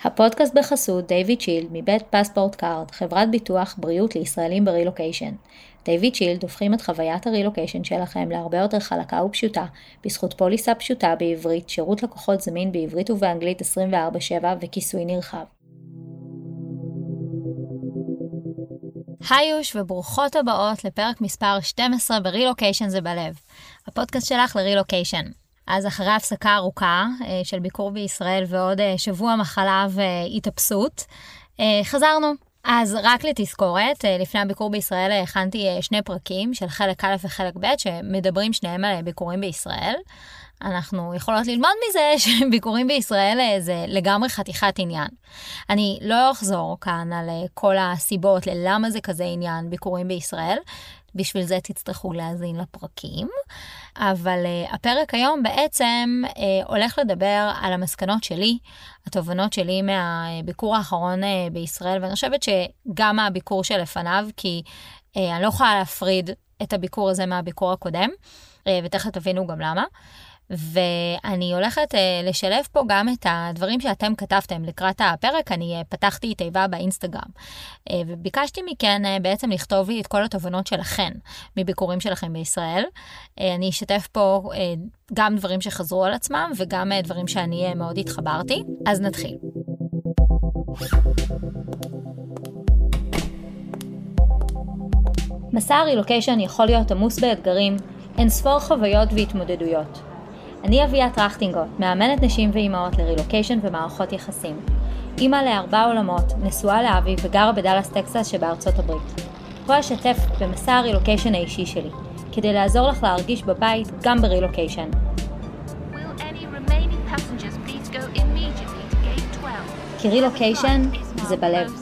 הפודקאסט בחסות דיוויד שילד מבית פספורט קארד, חברת ביטוח בריאות לישראלים ברילוקיישן. דיוויד שילד הופכים את חוויית הרילוקיישן שלכם להרבה יותר חלקה ופשוטה, בזכות פוליסה פשוטה בעברית, שירות לקוחות זמין בעברית ובאנגלית 24/7 וכיסוי נרחב. היוש וברוכות הבאות לפרק מספר 12 ברילוקיישן זה בלב, הפודקאסט שלך לרילוקיישן. אז אחרי הפסקה ארוכה של ביקור בישראל ועוד שבוע מחלה והתאפסות, חזרנו. אז רק לתזכורת, לפני הביקור בישראל הכנתי 2 פרקים של חלק א' וחלק ב' שמדברים שניהם על ביקורים בישראל. אנחנו יכולות ללמוד מזה שביקורים בישראל זה לגמרי חתיכת עניין. אני לא אחזור כאן על כל הסיבות ללמה זה כזה עניין ביקורים בישראל, בשביל זה תצטרכו להאזין לפרקים, אבל הפרק היום בעצם הולך לדבר על המסקנות שלי, התובנות שלי מהביקור האחרון בישראל, ואני חושבת שגם הביקור שלפניו, כי אני לא יכולה להפריד את הביקור הזה מהביקור הקודם, ותכף תבינו גם למה. ואני הולכת לשלב פה גם את הדברים שאתם כתבתם לקראת הפרק. אני פתחתי תיבה באינסטגרם, וביקשתי מכן בעצם לכתוב לי את כל התובנות שלכם מביקורים שלכם בישראל. אני אשתף פה גם דברים שחזרו על עצמם, וגם דברים שאני מאוד התחברתי. אז נתחיל. מסע הרילוקיישן יכול להיות עמוס באתגרים, אין ספור חוויות והתמודדויות. אני אביעד טרכטינגוט, מאמנת נשים ואימהות לרילוקיישן ומערכות יחסים. אימא ל4 עולמות, נשואה לאבי וגרה בדלס טקסס שבארצות הברית. פה אשתף במסע הרילוקיישן האישי שלי, כדי לעזור לך להרגיש בבית גם ברילוקיישן. כי רילוקיישן זה בלב.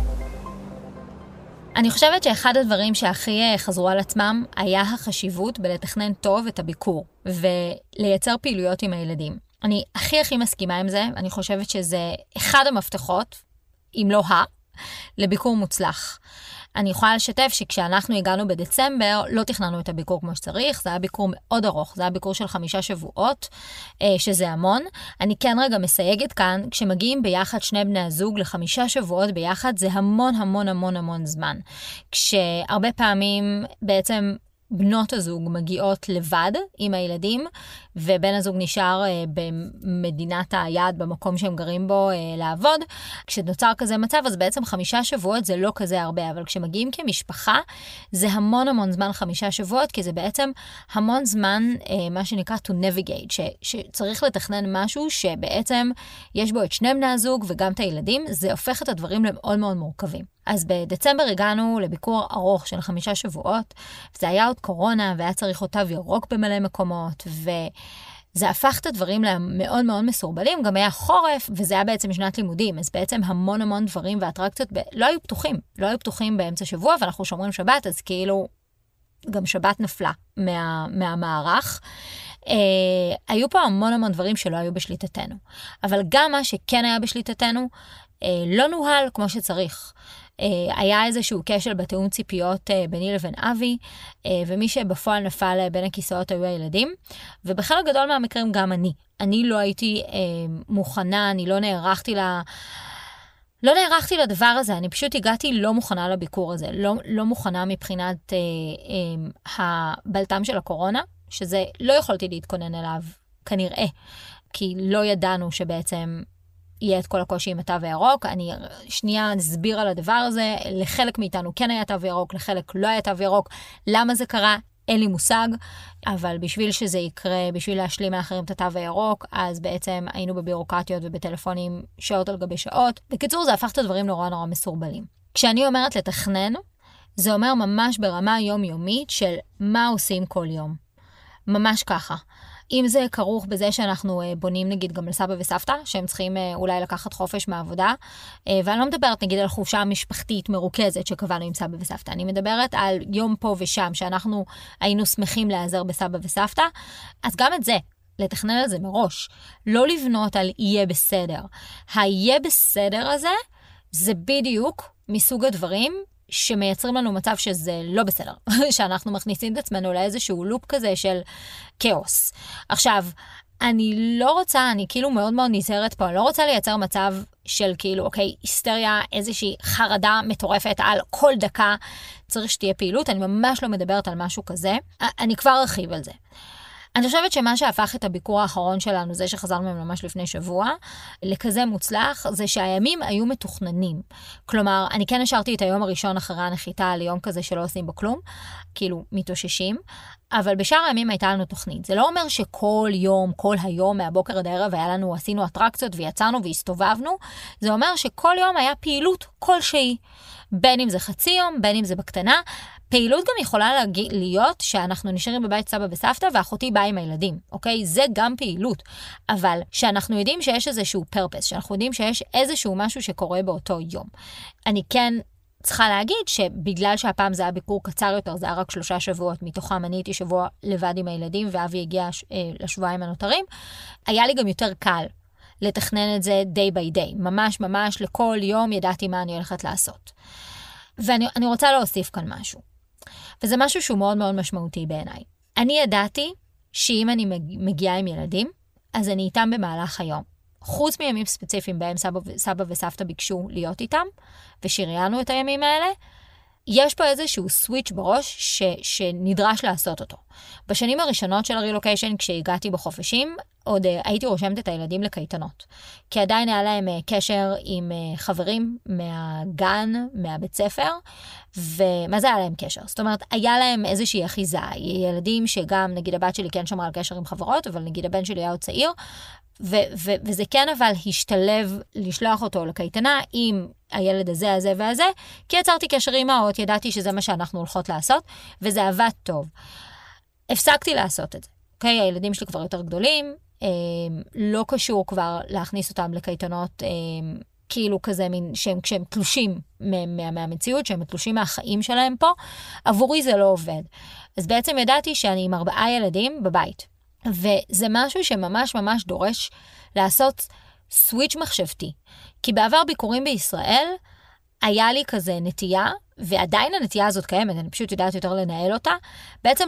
אני חושבת שאחד הדברים שהכי חזרו על עצמם היה החשיבות בלתכנן טוב את הביקור ולייצר פעילויות עם הילדים. אני הכי מסכימה עם זה, אני חושבת שזה אחד המפתחות, אם לא לביקור מוצלח. אני יכולה לשתף שכשאנחנו הגענו בדצמבר, לא תכננו את הביקור כמו שצריך, זה היה ביקור מאוד ארוך, זה היה ביקור של 5 שבועות, שזה המון. אני כן רגע מסייגת כאן, כשמגיעים ביחד 2 בני הזוג ל5 שבועות ביחד, זה המון זמן. כשהרבה פעמים בעצם בנות הזוג מגיעות לבד עם הילדים, ובן הזוג נשאר במדינת היעד, במקום שהם גרים בו לעבוד. כשנוצר כזה מצב, אז בעצם 5 שבועות זה לא כזה הרבה, אבל כשמגיעים כמשפחה, זה המון זמן 5 שבועות, כי זה בעצם המון זמן, מה שנקרא to navigate, שצריך לתכנן משהו שבעצם יש בו את 2 בני הזוג וגם את הילדים, זה הופך את הדברים למאוד מורכבים. אז בדצמבר הגענו לביקור ארוך של 5 שבועות, זה היה עוד קורונה, והיה צריך עוד תו ירוק במלא מקומות, וזה הפך את הדברים למאוד מסורבלים, גם היה חורף, וזה היה בעצם שנת לימודים, אז בעצם המון דברים ואטרקציות לא היו פתוחים באמצע שבוע, ואנחנו שומרים שבת, אז כאילו גם שבת נפלה מהמערך. היו פה המון דברים שלא היו בשליטתנו, אבל גם מה שכן היה בשליטתנו, לא נוהל כמו שצריך. היה איזשהו כשל בתאום ציפיות ביני לבין אבי, ומי שבפועל נפל בין הכיסאות היו הילדים, ובחלק גדול מהמקרים גם אני לא הייתי מוכנה, אני לא נערכתי לדבר הזה, אני פשוט הגעתי לא מוכנה לביקור הזה, לא מוכנה מבחינת הבלטם של הקורונה, שזה לא יכולתי להתכונן אליו כנראה, כי לא ידענו שבעצם יהיה את כל הקושי עם התו הירוק. אני שנייה נסביר על הדבר הזה, לחלק מאיתנו כן היה תו ירוק, לחלק לא היה תו ירוק. למה זה קרה? אין לי מושג, אבל בשביל שזה יקרה, בשביל להשלים מאחרים את התו הירוק, אז בעצם היינו בבירוקרטיות ובטלפונים שעות על גבי שעות. בקיצור, זה הפך את הדברים נורא מסורבלים. כשאני אומרת לתכנן, זה אומר ממש ברמה יומיומית של מה עושים כל יום. ממש ככה. אם זה כרוך בזה שאנחנו בונים נגיד גם לסבא וסבתא, שהם צריכים אולי לקחת חופש מהעבודה, ואני לא מדברת נגיד על חופשה משפחתית מרוכזת שקבענו עם סבא וסבתא, אני מדברת על יום פה ושם שאנחנו היינו שמחים להיעזר בסבא וסבתא, אז גם את זה, לתכנן על זה מראש, לא לבנות על יהיה בסדר. היהיה בסדר הזה, זה בדיוק מסוג הדברים שמייצרים לנו מצב שזה לא בסדר, שאנחנו מכניסים את עצמנו לאיזשהו לופ כזה של כאוס. עכשיו, אני לא רוצה, אני כאילו מאוד מאוד נזהרת פה, אני לא רוצה לייצר מצב של כאילו, אוקיי, היסטריה, איזושהי חרדה מטורפת על כל דקה צריך שתהיה פעילות, אני ממש לא מדברת על משהו כזה, אני כבר ארחיב על זה. אני חושבת שמה שהפך את הביקור האחרון שלנו, זה שחזרנו ממש לפני שבוע, לכזה מוצלח, זה שהימים היו מתוכננים. כלומר, אני כן השארתי את היום הראשון אחרי הנחיתה ליום כזה שלא עושים בו כלום, כאילו מתאוששים, אבל בשאר הימים הייתה לנו תוכנית. זה לא אומר שכל יום, כל היום, מהבוקר עד הערב, עשינו אטרקציות ויצאנו והסתובבנו, זה אומר שכל יום היה פעילות כלשהי. בין אם זה חצי יום, בין אם זה בקטנה, פעילות גם יכולה להיות שאנחנו נשארים בבית סבא וסבתא ואחותי באה עם הילדים, אוקיי? זה גם פעילות. אבל שאנחנו יודעים שיש איזשהו פרפס, שאנחנו יודעים שיש איזשהו משהו שקורה באותו יום. אני כן צריכה להגיד שבגלל שהפעם זה היה ביקור קצר יותר, זה היה רק 3 שבועות, מתוכם אני הייתי שבוע לבד עם הילדים, ואבי הגיע לשבועיים הנותרים, היה לי גם יותר קל לתכנן את זה day by day. ממש ממש לכל יום ידעתי מה אני הולכת לעשות. ואני רוצה להוסיף כאן משהו. וזה משהו שהוא מאוד מאוד משמעותי בעיניי. אני ידעתי שאם אני מגיעה עם ילדים, אז אני איתם במהלך היום. חוץ מימים ספציפיים בהם סבא וסבתא ביקשו להיות איתם, ושריינו את הימים האלה, יש פה איזשהו סוויץ' בראש שנדרש לעשות אותו. בשנים הראשונות של הרילוקיישן, כשהגעתי בחופשים, עוד הייתי רושמת את הילדים לקייטנות. כי עדיין היה להם קשר עם חברים מהגן, מהבית ספר, ומה זה היה להם קשר? זאת אומרת, היה להם איזושהי אחיזה. ילדים שגם, נגיד הבת שלי כן שמרה על קשר עם חברות, אבל נגיד הבן שלי היה עוד צעיר, וזה כן אבל השתלב לשלוח אותו לקייטנה עם הילד הזה, הזה והזה, כי יצרתי קשר עם אמהות, ידעתי שזה מה שאנחנו הולכות לעשות, וזה עבד טוב. הפסקתי לעשות את זה. אוקיי, הילדים שלי כבר יותר גדולים, לא קשור כבר להכניס אותם לקייטנות, כאילו כזה מין, כשהם תלושים מהמציאות, שהם תלושים מהחיים שלהם פה, עבורי זה לא עובד. אז בעצם ידעתי שאני עם 4 ילדים בבית. וזה משהו שממש ממש דורש לעשות סוויץ' מחשבתי. כי בעבר ביקורים בישראל, היה לי כזה נטייה, ועדיין הנטייה הזאת קיימת, אני פשוט יודעת יותר לנהל אותה, בעצם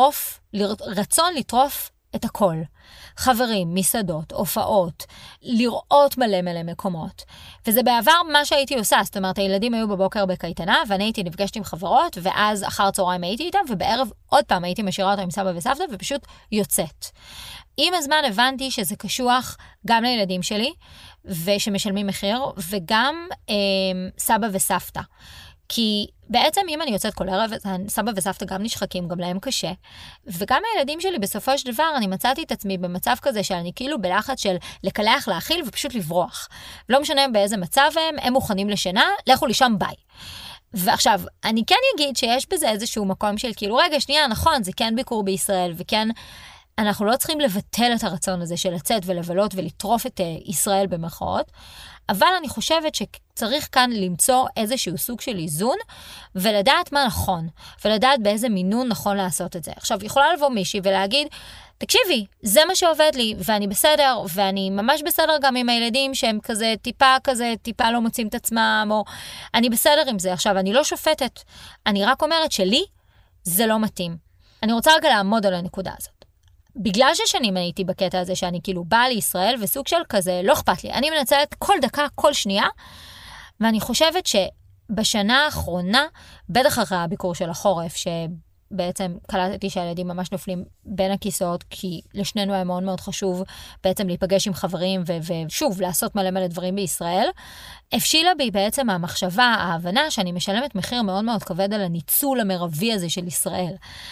רצון לטרוף את הכל. חברים, מסעדות, הופעות, לראות מלא מקומות. וזה בעבר מה שהייתי עושה, זאת אומרת, הילדים היו בבוקר בקייטנה, ואני הייתי נפגשת עם חברות, ואז אחר צהריים הייתי איתם, ובערב עוד פעם הייתי משאירה אותם עם סבא וסבתא, ופשוט יוצאת. עם הזמן הבנתי שזה קשוח גם לילדים שלי, ושמשלמים מחיר, וגם סבא וסבתא. כי בעצם אם אני יוצאת כל ערב, סבא וסבתא גם נשחקים, גם להם קשה. וגם הילדים שלי בסופו של דבר, אני מצאתי את עצמי במצב כזה שאני כאילו בלחץ של לקלח, להאכיל ופשוט לברוח. לא משנה באיזה מצב הם מוכנים לשינה, לכו לשם ביי. ועכשיו, אני כן אגיד שיש בזה איזשהו מקום של כאילו, רגע, שנייה, נכון, זה כן ביקור בישראל, וכן, אנחנו לא צריכים לבטל את הרצון הזה של לצאת ולבלות ולטרוף את ישראל במרכאות, אבל אני חושבת שצריך כאן למצוא איזשהו סוג של איזון, ולדעת מה נכון, ולדעת באיזה מינון נכון לעשות את זה. עכשיו, יכולה לבוא מישהי ולהגיד, תקשיבי, זה מה שעובד לי, ואני בסדר, ואני ממש בסדר גם עם הילדים שהם טיפה לא מוצאים את עצמם, או אני בסדר עם זה. עכשיו, אני לא שופטת, אני רק אומרת שלי זה לא מתאים. אני רוצה רגע לעמוד על הנקודה הזאת. בגלל ששנים הייתי בקטע הזה שאני כאילו באה לישראל וסוג של כזה, לא אכפת לי. אני מנצלת כל דקה, כל שנייה, ואני חושבת שבשנה האחרונה, בטח אחרי הביקור של החורף, שבעצם קלטתי שהילדים ממש נופלים בין הכיסאות, כי לשנינו היה מאוד מאוד חשוב בעצם להיפגש עם חברים, ושוב, לעשות מלא דברים בישראל, הפשילה בי בעצם המחשבה, ההבנה שאני משלמת מחיר מאוד מאוד כבד על הניצול המרבי הזה של ישראל.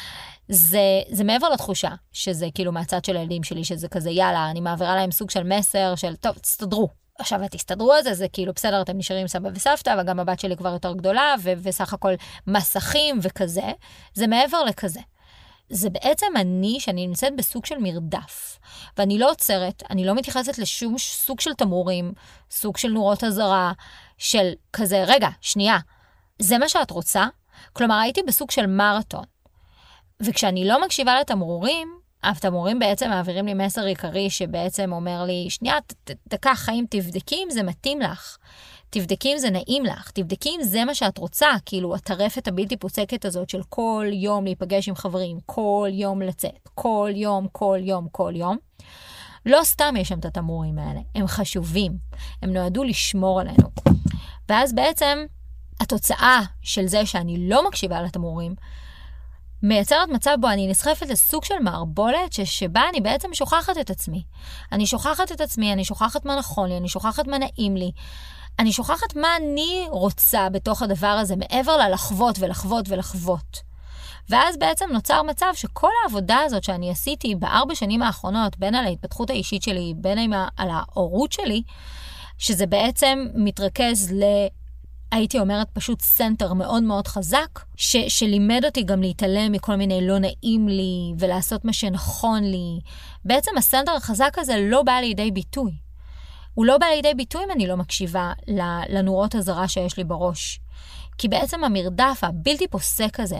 זה מעבר לתחושה, שזה כאילו מהצד של הילדים שלי, שזה כזה יאללה, אני מעבירה להם סוג של מסר של טוב, תסתדרו. עכשיו תסתדרו על זה, זה כאילו בסדר, אתם נשארים סבא וסבתא, וגם הבת שלי כבר יותר גדולה, וסך הכל מסכים וכזה, זה מעבר לכזה. זה בעצם שאני נמצאת בסוג של מרדף, ואני לא עוצרת, אני לא מתייחסת לשום סוג של תמורים, סוג של נורות הזרה, של כזה, רגע, שנייה, זה מה שאת רוצה? כלומר, הייתי בסוג של מרתון. וכשאני לא מקשיבה לתמרורים, התמרורים בעצם מעבירים לי מסר עיקרי שבעצם אומר לי, שנייה, דקה חיים, תבדקי אם זה מתאים לך, תבדקי אם זה נעים לך, תבדקי אם זה מה שאת רוצה, כאילו הטרפת הבלתי פוסקת הזאת של כל יום להיפגש עם חברים, כל יום לצאת, כל יום. לא סתם יש שם את התמרורים האלה, הם חשובים, הם נועדו לשמור עלינו. ואז בעצם התוצאה של זה שאני לא מקשיבה לתמרורים, מייצרת מצב בו אני נסחפת לסוג של מערבולת שבה אני בעצם שוכחת את עצמי. אני שוכחת את עצמי, אני שוכחת מה נכון לי, אני שוכחת מה נעים לי, אני שוכחת מה אני רוצה בתוך הדבר הזה, מעבר ללחוות ולחוות ולחוות. ואז בעצם נוצר מצב שכל העבודה הזאת שאני עשיתי ב4 שנים האחרונות, בין על ההתפתחות האישית שלי, בין על ההורות שלי, שזה בעצם מתרכז הייתי אומרת פשוט סנטר מאוד מאוד חזק, שלימד אותי גם להתעלם מכל מיני לא נעים לי, ולעשות מה שנכון לי. בעצם הסנטר החזק הזה לא בא לידי ביטוי. הוא לא בא לידי ביטוי אם אני לא מקשיבה לנורות הזרה שיש לי בראש. כי בעצם המרדף הבלתי פוסק הזה,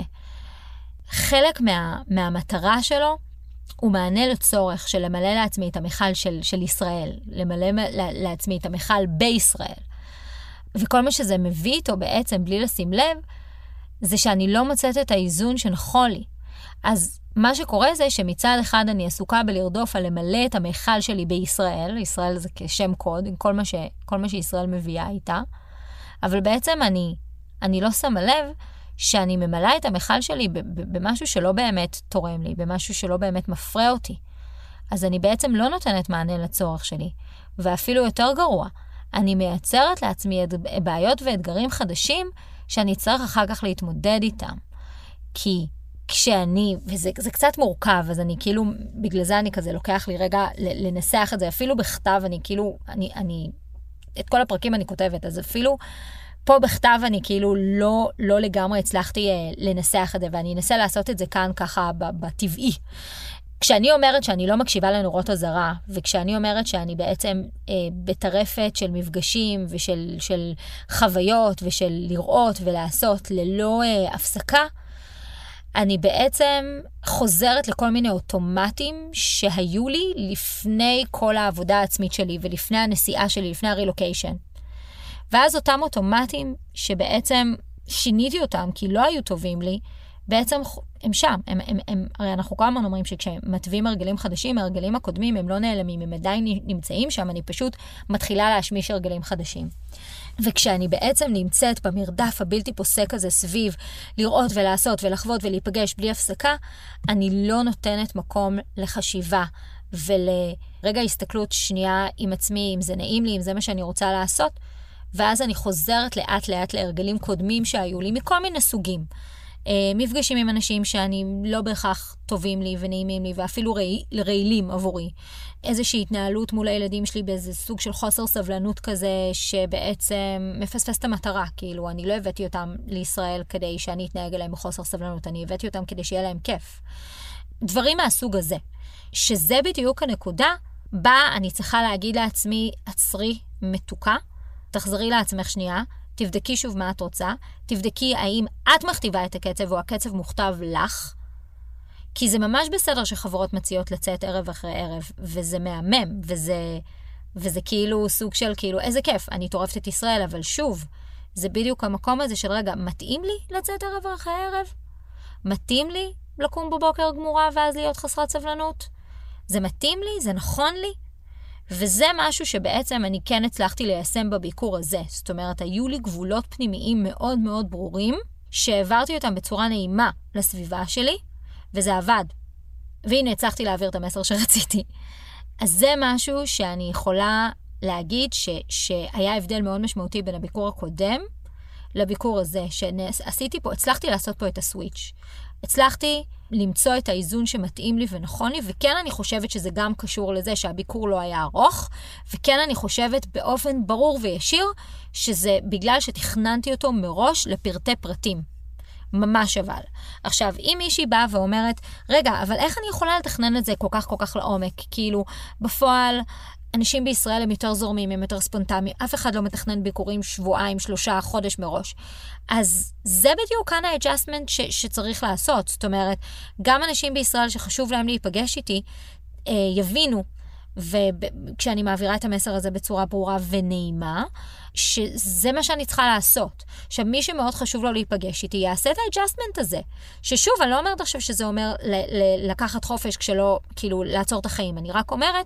חלק מהמטרה שלו, הוא מענה לצורך של למלא לעצמי את המכל של ישראל, למלא לעצמי את המכל בישראל. וכל מה שזה מביא איתו בעצם, בלי לשים לב, זה שאני לא מוצאת את האיזון שנכון לי. אז מה שקורה זה שמצד אחד אני עסוקה בלרדוף על למלא את המכל שלי בישראל, ישראל זה כשם קוד, עם כל מה שישראל מביאה איתה, אבל בעצם אני לא שמה לב שאני ממלאה את המכל שלי במשהו שלא באמת תורם לי, במשהו שלא באמת מפרה אותי. אז אני בעצם לא נותנת מענה לצורך שלי, ואפילו יותר גרוע, אני מייצרת לעצמי בעיות ואתגרים חדשים שאני צריך אחר כך להתמודד איתם. כי כשאני, וזה קצת מורכב, אז אני כאילו, בגלל זה אני כזה לוקח לי רגע לנסח את זה, אפילו בכתב, אני כאילו, את כל הפרקים אני כותבת, אז אפילו פה בכתב אני כאילו לא לגמרי הצלחתי לנסח את זה, ואני אנסה לעשות את זה כאן ככה בטבעי. כשאני אומרת שאני לא מקשיבה לנורות הזרה, וכשאני אומרת שאני בעצם בטרפת של מפגשים ושל חוויות ושל לראות ולעשות ללא הפסקה, אני בעצם חוזרת לכל מיני אוטומטים שהיו לי לפני כל העבודה העצמית שלי ולפני הנסיעה שלי, לפני הרילוקיישן. ואז אותם אוטומטים שבעצם שיניתי אותם כי לא היו טובים לי, בעצם הם שם, הרי אנחנו כל הזמן אומרים שכשמטווים הרגלים חדשים, הרגלים הקודמים הם לא נעלמים, הם עדיין נמצאים שם, אני פשוט מתחילה להשמיש הרגלים חדשים. וכשאני בעצם נמצאת במרדף הבלתי פוסק הזה סביב לראות ולעשות ולחוות ולהיפגש בלי הפסקה, אני לא נותנת מקום לחשיבה ולרגע הסתכלות שנייה עם עצמי, אם זה נעים לי, אם זה מה שאני רוצה לעשות, ואז אני חוזרת לאט לאט להרגלים קודמים שהיו לי מכל מיני סוגים. מפגשים עם אנשים שאני לא בהכרח טובים לי ונעימים לי, ואפילו רעילים עבורי. איזושהי התנהלות מול הילדים שלי באיזה סוג של חוסר סבלנות כזה, שבעצם מפספס את המטרה. כאילו, אני לא הבאתי אותם לישראל כדי שאני אתנהג אליהם בחוסר סבלנות, אני הבאתי אותם כדי שיהיה להם כיף. דברים מהסוג הזה. שזה בדיוק הנקודה, בה אני צריכה להגיד לעצמי, עצרי מתוקה, תחזרי לעצמך שנייה, תבדקי שוב מה את רוצה, תבדקי האם את מכתיבה את הקצב או הקצב מוכתב לך, כי זה ממש בסדר שחברות מציעות לצאת ערב אחרי ערב, וזה מהמם, וזה כאילו סוג של כאילו, איזה כיף, אני טורפת את ישראל, אבל שוב, זה בדיוק המקום הזה של רגע, מתאים לי לצאת ערב אחרי ערב? מתאים לי לקום בבוקר גמורה ואז להיות חסרת סבלנות? זה מתאים לי? זה נכון לי? וזה משהו שבעצם אני כן הצלחתי ליישם בביקור הזה. זאת אומרת, היו לי גבולות פנימיים מאוד מאוד ברורים, שהעברתי אותם בצורה נעימה לסביבה שלי, וזה עבד. והנה, הצלחתי להעביר את המסר שרציתי. אז זה משהו שאני יכולה להגיד שהיה הבדל מאוד משמעותי בין הביקור הקודם לביקור הזה, שעשיתי פה, הצלחתי לעשות פה את הסוויץ'. הצלחתי למצוא את האיזון שמתאים לי ונכון לי, וכן אני חושבת שזה גם קשור לזה שהביקור לא היה ארוך, וכן אני חושבת באופן ברור וישיר, שזה בגלל שתכננתי אותו מראש לפרטי פרטים. ממש אבל. עכשיו, אם מישהי באה ואומרת, רגע, אבל איך אני יכולה לתכנן את זה כל כך לעומק? כאילו, בפועל, אנשים בישראל הם יותר זורמים, הם יותר ספונטמיים, אף אחד לא מתכנן ביקורים שבועיים, 3 חודש מראש. אז זה בדיוק כאן האדג'סטמנט שצריך לעשות. זאת אומרת, גם אנשים בישראל שחשוב להם להיפגש איתי, יבינו, וכשאני מעבירה את המסר הזה בצורה ברורה ונעימה, שזה מה שאני צריכה לעשות. עכשיו, מי שמאוד חשוב לו להיפגש איתי, יעשה את האדג'סטמנט הזה. ששוב, אני לא אומרת עכשיו שזה אומר לקחת חופש כשלא, כאילו, לעצור את החיים. אני רק אומרת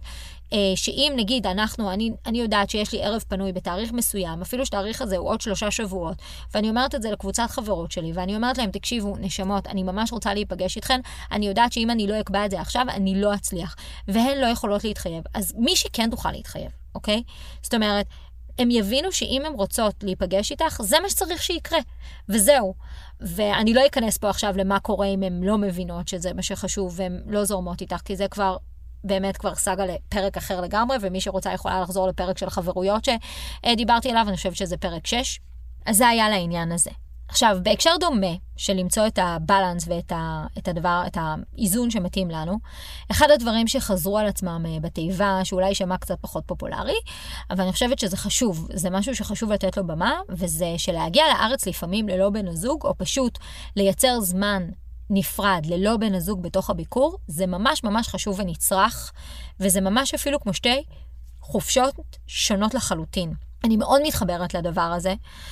שאם נגיד אני יודעת שיש לי ערב פנוי בתאריך מסוים, אפילו שתאריך הזה הוא עוד 3 שבועות, ואני אומרת את זה לקבוצת חברות שלי, ואני אומרת להם, תקשיבו, נשמות, אני ממש רוצה להיפגש איתכן, אני יודעת שאם אני לא אקבע את זה עכשיו, אני לא אצליח, והן לא יכולות להתחייב. אז מי שכן תוכל להתחייב, אוקיי? זאת אומרת, הם יבינו שאם הם רוצות להיפגש איתך, זה מה שצריך שיקרה, וזהו. ואני לא אכנס פה עכשיו למה קורה אם הם לא מבינות שזה מה שחשוב, והם לא זורמות איתך, כי זה כבר באמת כבר סגה לפרק אחר לגמרי, ומי שרוצה יכולה לחזור לפרק של חברויות שדיברתי עליו, אני חושבת שזה פרק 6. אז זה היה לעניין הזה. עכשיו, בהקשר דומה של למצוא את הבלנס ואת הדבר, את האיזון שמתאים לנו, אחד הדברים שחזרו על עצמם בתיבה, שאולי יישמע קצת פחות פופולרי, אבל אני חושבת שזה חשוב, זה משהו שחשוב לתת לו במה, וזה שלהגיע לארץ לפעמים ללא בן הזוג, או פשוט לייצר זמן נפרד ללא בן הזוג בתוך הביקור, זה ממש ממש חשוב ונצרך, וזה ממש אפילו כמו 2 חופשות שונות לחלוטין. אני מאוד מתחברת לדבר הזה,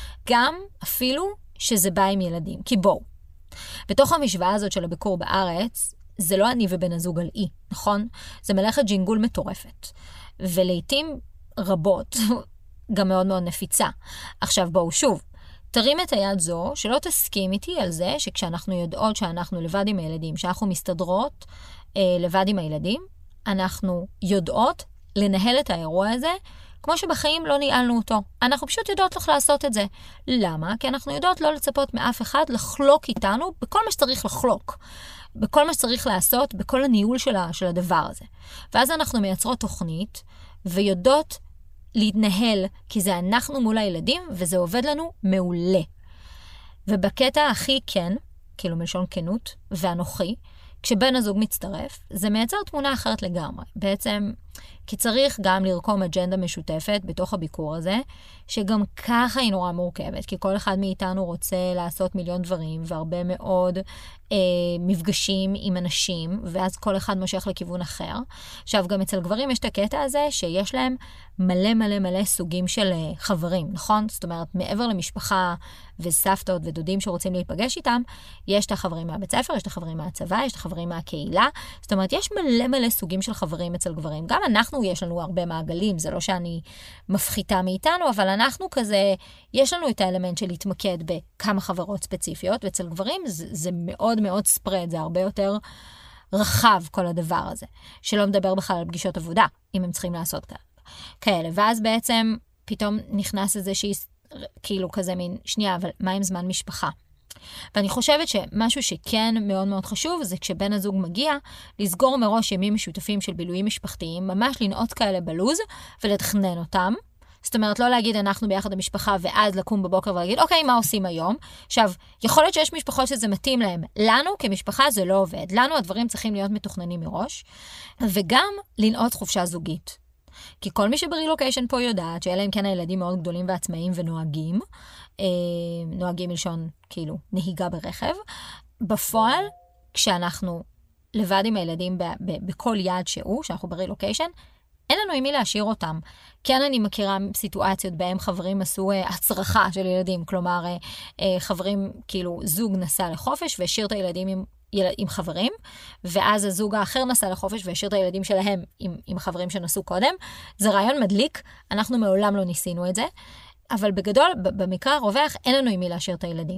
גם אפילו שזה בא עם ילדים. כי בואו, בתוך המשוואה הזאת של הביקור בארץ, זה לא אני ובן הזוג על אי, נכון? זה מלאכת ג'ינגול מטורפת. ולעיתים רבות, גם מאוד מאוד נפיצה. עכשיו בואו שוב, תרים את היד זו, שלא תסכים איתי על זה, שכשאנחנו יודעות שאנחנו לבד עם הילדים, שאנחנו מסתדרות לבד עם הילדים, אנחנו יודעות לנהל את האירוע הזה, כמו שבחיים לא ניהלנו אותו. אנחנו פשוט יודעות לך לעשות את זה. למה? כי אנחנו יודעות לא לצפות מאף אחד לחלוק איתנו בכל מה שצריך לחלוק. בכל מה שצריך לעשות, בכל הניהול של הדבר הזה. ואז אנחנו מייצרות תוכנית, ויודעות להתנהל, כי זה אנחנו מול הילדים, וזה עובד לנו מעולה. ובקטע הכי כן, כאילו מלשון כנות, ואנוכי, כשבן הזוג מצטרף, זה מייצר תמונה אחרת לגמרי. בעצם, כי צריך גם לרקום אג'נדה משותפת בתוך הביקור הזה, שגם ככה היא נורא מורכבת, כי כל אחד מאיתנו רוצה לעשות מיליון דברים, והרבה מאוד מפגשים עם אנשים, ואז כל אחד מושך לכיוון אחר. עכשיו, גם אצל גברים יש את הקטע הזה, שיש להם מלא מלא מלא סוגים של חברים, נכון? זאת אומרת, מעבר למשפחה וסבתות ודודים שרוצים להיפגש איתם, יש את החברים מהבית ספר, יש את החברים מהצבא, יש את החברים מהקהילה. זאת אומרת, יש מלא מלא סוגים של חברים אצל גברים. גם אנחנו, יש לנו הרבה מעגלים, זה לא שאני מפחיתה מאיתנו, אבל אנחנו כזה, יש לנו את האלמנט של להתמקד בכמה חברות ספציפיות, ואצל גברים זה מאוד מאוד ספרד, זה הרבה יותר רחב כל הדבר הזה, שלא מדבר בכלל על פגישות עבודה, אם הם צריכים לעשות כאלה. ואז בעצם פתאום נכנס איזה שהיא, כאילו כזה מין, שנייה, אבל מה עם זמן משפחה? ואני חושבת שמשהו שכן מאוד מאוד חשוב, זה כשבן הזוג מגיע, לסגור מראש ימים משותפים של בילויים משפחתיים, ממש לנעות כאלה בלוז, ולתכנן אותם. זאת אומרת, לא להגיד אנחנו ביחד המשפחה, ואז לקום בבוקר ולהגיד, אוקיי, מה עושים היום? עכשיו, יכול להיות שיש משפחות שזה מתאים להם. לנו כמשפחה זה לא עובד. לנו הדברים צריכים להיות מתוכננים מראש, וגם לנעות חופשה זוגית. כי כל מי שברילוקיישן פה יודעת, שאלה אם כן הילדים מאוד גדולים ועצמאיים ונוהגים, נוהגים מלשון כאילו נהיגה ברכב, בפועל, כשאנחנו לבד עם הילדים בכל יעד שהוא, שאנחנו ברילוקיישן, אין לנו עם מי להשאיר אותם. כן, אני מכירה סיטואציות בהם חברים עשו הצרחה של ילדים, כלומר, חברים, כאילו, זוג נסע לחופש והשאיר את הילדים עם חברים, ואז הזוג האחר נסע לחופש והשאיר את הילדים שלהם עם חברים שנסעו קודם. זה רעיון מדליק, אנחנו מעולם לא ניסינו את זה, אבל בגדול, במקרה הרווח, אין לנו עם מי להשאיר את הילדים.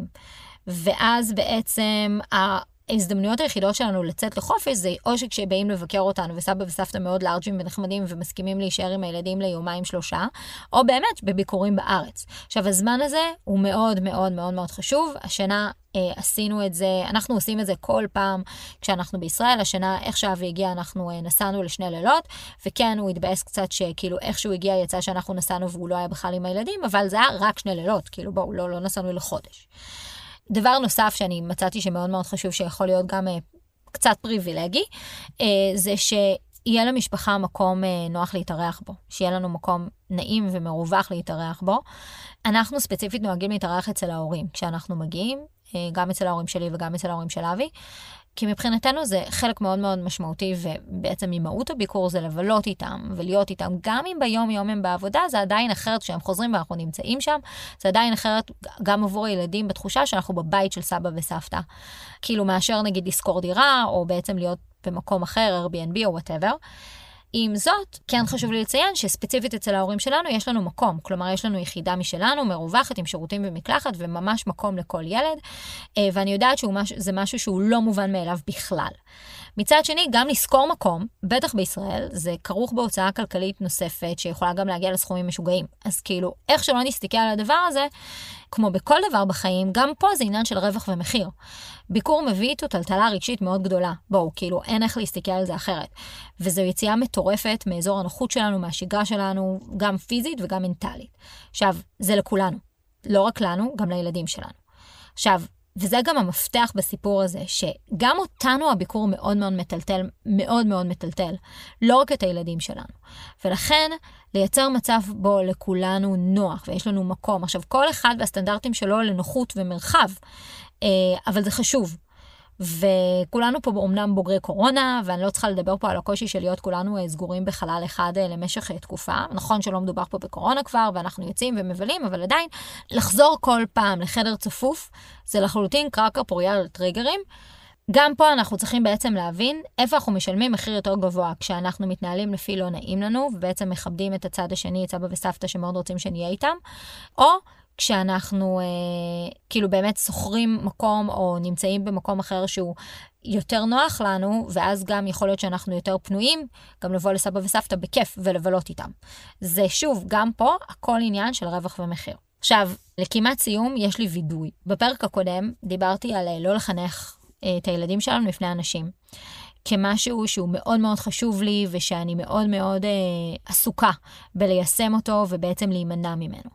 ואז בעצם ההזדמנויות היחידות שלנו לצאת לחופש, זה או שכשבאים לבקר אותנו, וסבא וסבתא מאוד לארג'ים ונחמדים, ומסכימים להישאר עם הילדים ליומיים 3, או באמת בביקורים בארץ. עכשיו, הזמן הזה הוא מאוד מאוד מאוד מאוד חשוב. השנה עשינו את זה, אנחנו עושים את זה כל פעם כשאנחנו בישראל. השנה, איך שאבי הגיע, אנחנו נסענו ל2 לילות, וכן, הוא התבאס קצת שכאילו איך שהוא הגיע, יצא שאנחנו נסענו והוא לא היה בכלל עם הילדים, אבל זה היה רק 2 לילות, כאילו בואו, לא נסענו לחודש. דבר נוסף שאני מצאתי שמאוד מאוד חשוב, שיכול להיות גם קצת פריבילגי, זה שיהיה למשפחה מקום נוח להתארח בו, שיהיה לנו מקום נעים ומרווח להתארח בו. אנחנו ספציפית נוהגים להתארח אצל ההורים, כשאנחנו מגיעים, גם אצל ההורים שלי וגם אצל ההורים של אבי, כי מבחינתנו זה חלק מאוד מאוד משמעותי, ובעצם ממהות הביקור זה לבלות איתם ולהיות איתם. גם אם ביום יום הם בעבודה, זה עדיין אחרת כשהם חוזרים ואנחנו נמצאים שם, זה עדיין אחרת גם עבור הילדים בתחושה שאנחנו בבית של סבא וסבתא. כאילו מאשר נגיד לשכור דירה, או בעצם להיות במקום אחר, Airbnb או whatever. עם זאת, כן חשוב לי לציין שספציפית אצל ההורים שלנו יש לנו מקום, כלומר יש לנו יחידה משלנו, מרווחת עם שירותים ומקלחת וממש מקום לכל ילד, ואני יודעת שזה משהו שהוא לא מובן מאליו בכלל. מצד שני, גם לשכור מקום, בטח בישראל, זה כרוך בהוצאה כלכלית נוספת שיכולה גם להגיע לסכומים משוגעים. אז כאילו, איך שלא נסתכל על הדבר הזה, כמו בכל דבר בחיים, גם פה זה עניין של רווח ומחיר. ביקור מביא איתו טלטלה רגשית מאוד גדולה. בואו, כאילו, אין איך להסתכל על זה אחרת. וזו יציאה מטורפת מאזור הנוחות שלנו, מהשגרה שלנו, גם פיזית וגם מנטלית. עכשיו, זה לכולנו. לא רק לנו, גם לילדים שלנו. עכשיו, וזה גם המפתח בסיפור הזה, שגם אותנו הביקור מאוד מאוד מטלטל, מאוד מאוד מטלטל, לא רק את הילדים שלנו. ולכן, לייצר מצב בו לכולנו נוח, ויש לנו מקום. עכשיו, כל אחד והסטנדרטים שלו לנוחות ומרחב, אבל זה חשוב. וכולנו פה אומנם בוגרי קורונה, ואני לא צריכה לדבר פה על הקושי של להיות כולנו סגורים בחלל אחד למשך תקופה. נכון שלא מדובר פה בקורונה כבר, ואנחנו יוצאים ומבלים, אבל עדיין לחזור כל פעם לחדר צפוף, זה לחלוטין קרקע פוריה לטריגרים. גם פה אנחנו צריכים בעצם להבין איפה אנחנו משלמים מחיר יותר גבוה, כשאנחנו מתנהלים לפי לא נעים לנו, ובעצם מכבדים את הצד השני, את סבא וסבתא שמאוד רוצים שנהיה איתם, או כשאנחנו כאילו באמת סוחרים מקום או נמצאים במקום אחר שהוא יותר נוח לנו, ואז גם יכול להיות שאנחנו יותר פנויים, גם לבוא לסבא וסבתא בכיף ולבלות איתם. זה שוב, גם פה הכל עניין של רווח ומחיר. עכשיו, לכמעט סיום יש לי וידוי. בפרק הקודם דיברתי על לא לחנך את הילדים שלנו לפני אנשים. כמשהו שהוא מאוד מאוד חשוב לי, ושאני מאוד מאוד עסוקה בליישם אותו ובעצם להימנע ממנו.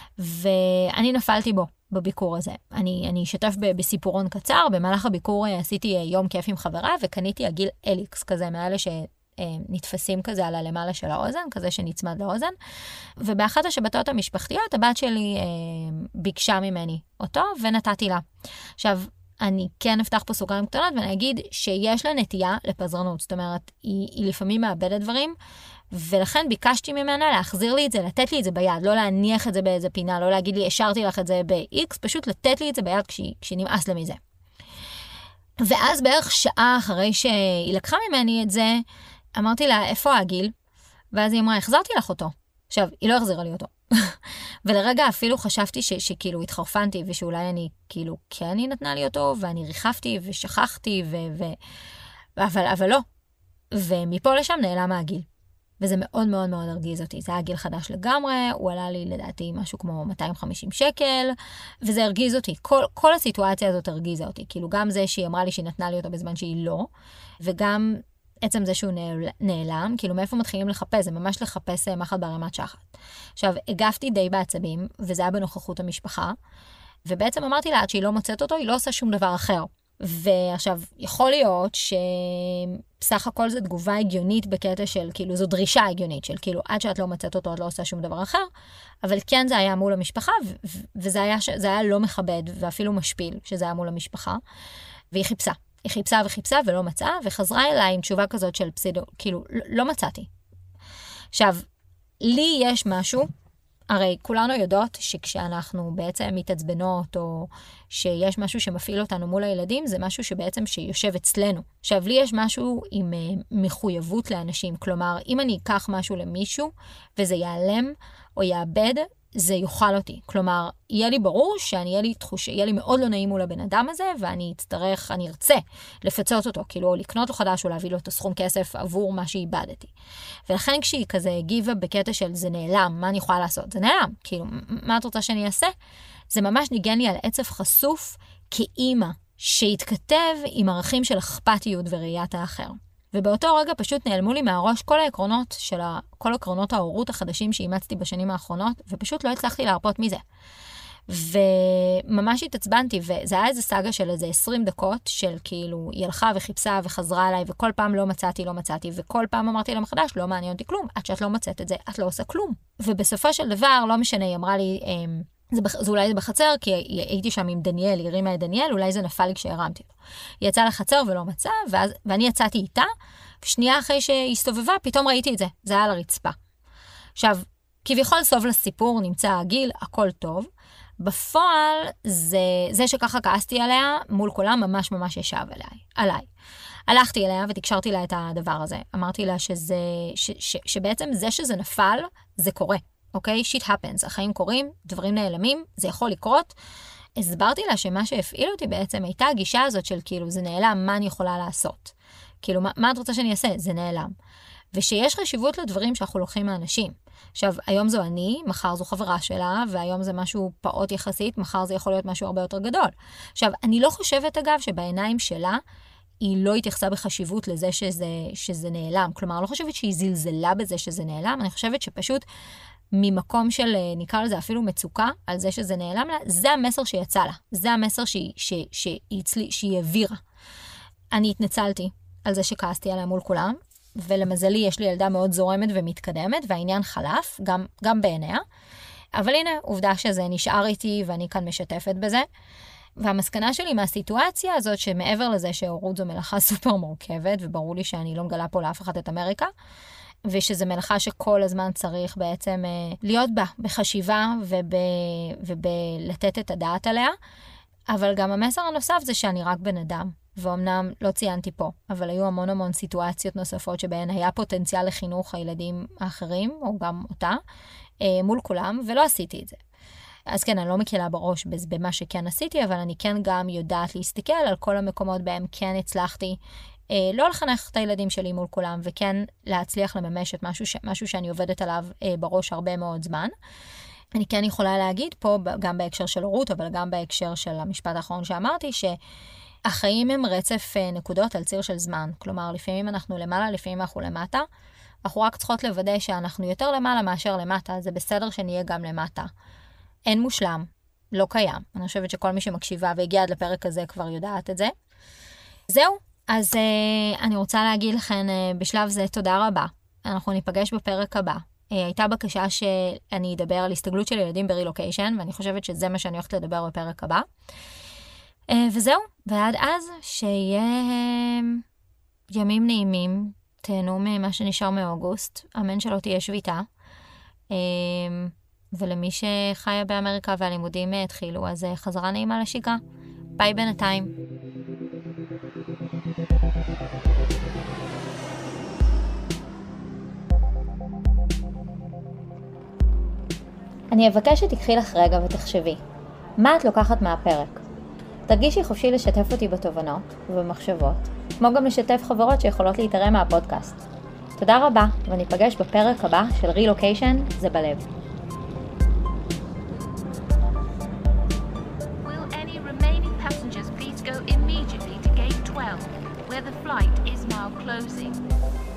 ואני נפלתי בו בביקור הזה. אני אשתף בסיפורון קצר. במהלך הביקור עשיתי יום כיף עם חברה, וקניתי עגיל אליקס כזה, מאלה שנתפסים כזה על הלמעלה של האוזן, כזה שנצמד לאוזן. ובאחת השבתות המשפחתיות, הבת שלי ביקשה ממני אותו, ונתתי לה. עכשיו, אני כן אפתח פה סוגריים קטנות, ואני אגיד שיש לה נטייה לפזרנות. זאת אומרת, היא לפעמים מאבדת דברים, ולכן ביקשתי ממנה להחזיר לי את זה, לתת לי את זה ביד, לא להניח את זה באיזה פינה, לא להגיד לי, השארתי לך את זה ב-X, פשוט לתת לי את זה ביד כשנמאס לה מזה. ואז בערך שעה אחרי שהיא לקחה ממני את זה, אמרתי לה, איפה העגיל? ואז היא אמרה, החזרתי לך אותו. עכשיו, היא לא החזירה לי אותו. ולרגע אפילו חשבתי שכאילו התחרפנתי, ושאולי אני כאילו, כן היא נתנה לי אותו, ואני ריחפתי ושכחתי, אבל לא. ומפה לשם נעלם העגיל. וזה מאוד מאוד מאוד הרגיז אותי. זה היה גיל חדש לגמרי, הוא עלה לי לדעתי משהו כמו 250 שקל, וזה הרגיז אותי. כל הסיטואציה הזאת הרגיזה אותי. כאילו גם זה שהיא אמרה לי שהיא נתנה לי אותו בזמן שהיא לא, וגם עצם זה שהוא נעלם, כאילו מאיפה מתחילים לחפש? זה ממש לחפש מחט ברמת שחת. עכשיו, הגפתי די בעצבים, וזה היה בנוכחות המשפחה, ובעצם אמרתי לה, עד שהיא לא מוצאת אותו, היא לא עושה שום דבר אחר. ועכשיו, יכול להיות שפסח הכל זה תגובה הגיונית בקטע של, כאילו, זו דרישה הגיונית של, כאילו, עד שאת לא מצאת אותו, את לא עושה שום דבר אחר, אבל כן זה היה מול המשפחה, וזה היה לא מכבד, ואפילו משפיל, שזה היה מול המשפחה, והיא חיפשה. היא חיפשה וחיפשה ולא מצאה, וחזרה אליי עם תשובה כזאת של פסידו, כאילו, לא מצאתי. עכשיו, לי יש משהו, הרי כולנו יודעות שכשאנחנו בעצם מתעצבנות, או שיש משהו שמפעיל אותנו מול הילדים, זה משהו שבעצם שיושב אצלנו. עכשיו, לי יש משהו עם מחויבות לאנשים, כלומר, אם אני אקח משהו למישהו, וזה ייעלם או יאבד, זה יוכל אותי. כלומר, יהיה לי ברור יהיה לי מאוד לא נעים מול הבן אדם הזה, ואני ארצה לפצות אותו, כאילו, או לקנות לו חדש, או להביא לו את הסכום כסף עבור מה שאיבדתי. ולכן כשהיא כזה הגיבה בקטע של זה נעלם, מה אני יכולה לעשות? זה נעלם. כאילו, מה את רוצה שאני אעשה? זה ממש ניגן לי על עצב חשוף כאימא, שהתכתב עם ערכים של אכפתיות וראיית האחר. ובאותו רגע פשוט נעלמו לי מהראש כל עקרונות ההורות החדשים שאימצתי בשנים האחרונות, ופשוט לא הצלחתי להרפות מזה. וממש התעצבנתי, וזה היה איזה סאגה של איזה 20 דקות, של כאילו, היא הלכה וחיפשה וחזרה אליי, וכל פעם לא מצאתי, וכל פעם אמרתי לה מחדש, לא מעניין אותי כלום, עד שאת לא מצאת את זה, את לא עושה כלום. ובסופו של דבר, לא משנה, היא אמרה לי, אולי זה בחצר, כי הייתי שם עם דניאל, היא הרימה את דניאל, אולי זה נפל לי כשהרמתי לו. היא יצאה לחצר ולא מצאה, ואני יצאתי איתה, ושנייה אחרי שהסתובבה, פתאום ראיתי את זה. זה היה על הרצפה. עכשיו, כביכול סוף לסיפור, נמצא הגיל, הכל טוב. בפועל, זה שככה כעסתי עליה, מול כולם ממש ממש ישב עליי. הלכתי אליה ותקשרתי לה את הדבר הזה. אמרתי לה שבעצם זה שזה נפל, זה קורה. אוקיי? shit happens. החיים קורים, דברים נעלמים, זה יכול לקרות. הסברתי לה שמה שהפעיל אותי בעצם הייתה הגישה הזאת של כאילו, זה נעלם, מה אני יכולה לעשות? כאילו, מה את רוצה שאני אעשה? זה נעלם. ושיש חשיבות לדברים שאנחנו לוקחים מאנשים. עכשיו, היום זו אני, מחר זו חברה שלה, והיום זה משהו פעוט יחסית, מחר זה יכול להיות משהו הרבה יותר גדול. עכשיו, אני לא חושבת, אגב, שבעיניים שלה, היא לא התייחסה בחשיבות לזה שזה נעלם. כלומר, לא חושבת שהיא זלזלה בזה שזה נעלם, אני חושבת שפשוט ממקום של, נקרא לזה אפילו מצוקה, על זה שזה נעלם לה, זה המסר שיצא לה. זה המסר שהיא העבירה. אני התנצלתי על זה שכעסתי עליה מול כולם, ולמזלי יש לי ילדה מאוד זורמת ומתקדמת, והעניין חלף, גם בעיניה. אבל הנה, עובדה שזה נשאר איתי, ואני כאן משתפת בזה. והמסקנה שלי מהסיטואציה הזאת, שמעבר לזה שהורות זו מלאכה סופר מורכבת, וברור לי שאני לא מגלה פה לאף אחד את אמריקה, ושזו מלאכה שכל הזמן צריך בעצם להיות בה, בחשיבה ובלתת את הדעת עליה. אבל גם המסר הנוסף זה שאני רק בן אדם, ואומנם לא ציינתי פה, אבל היו המון סיטואציות נוספות שבהן היה פוטנציאל לחינוך הילדים האחרים, או גם אותה, מול כולם, ולא עשיתי את זה. אז כן, אני לא מקלה בראש במה שכן עשיתי, אבל אני כן גם יודעת להסתכל על כל המקומות בהם כן הצלחתי לא לחנך את הילדים שלי מול כולם, וכן להצליח לממש את משהו שאני עובדת עליו בראש הרבה מאוד זמן. אני כן יכולה להגיד פה, גם בהקשר של הורות, אבל גם בהקשר של המשפט האחרון שאמרתי, שהחיים הם רצף נקודות על ציר של זמן. כלומר, לפעמים אנחנו למעלה, לפעמים אנחנו למטה. אנחנו רק צריכות לוודא שאנחנו יותר למעלה מאשר למטה. זה בסדר שנהיה גם למטה. אין מושלם, לא קיים. אני חושבת שכל מי שמקשיבה והגיע עד לפרק הזה כבר יודעת את זה. זהו, אז אני רוצה להגיד לכם בשלב זה תודה רבה. אנחנו ניפגש בפרק הבא. הייתה בקשה שאני אדבר על הסתגלות של ילדים ברילוקיישן, ואני חושבת שזה מה שאני הולכת לדבר בפרק הבא. וזהו, ועד אז שיהיה ימים נעימים, תהנו ממה שנשאר מאוגוסט, אמן שלא תהיה שביתה. ולמי שחיה באמריקה והלימודים התחילו, אז חזרה נעימה לשגרה. ביי בינתיים. אני אבקש שתקחי לך רגע ותחשבי, מה את לוקחת מהפרק? תרגישי חופשי לשתף אותי בתובנות ובמחשבות, כמו גם לשתף חברות שיכולות להתרם מהפודקאסט. תודה רבה, וניפגש בפרק הבא של רילוקיישן זה בלב. Go immediately to gate 12, where the flight is now closing.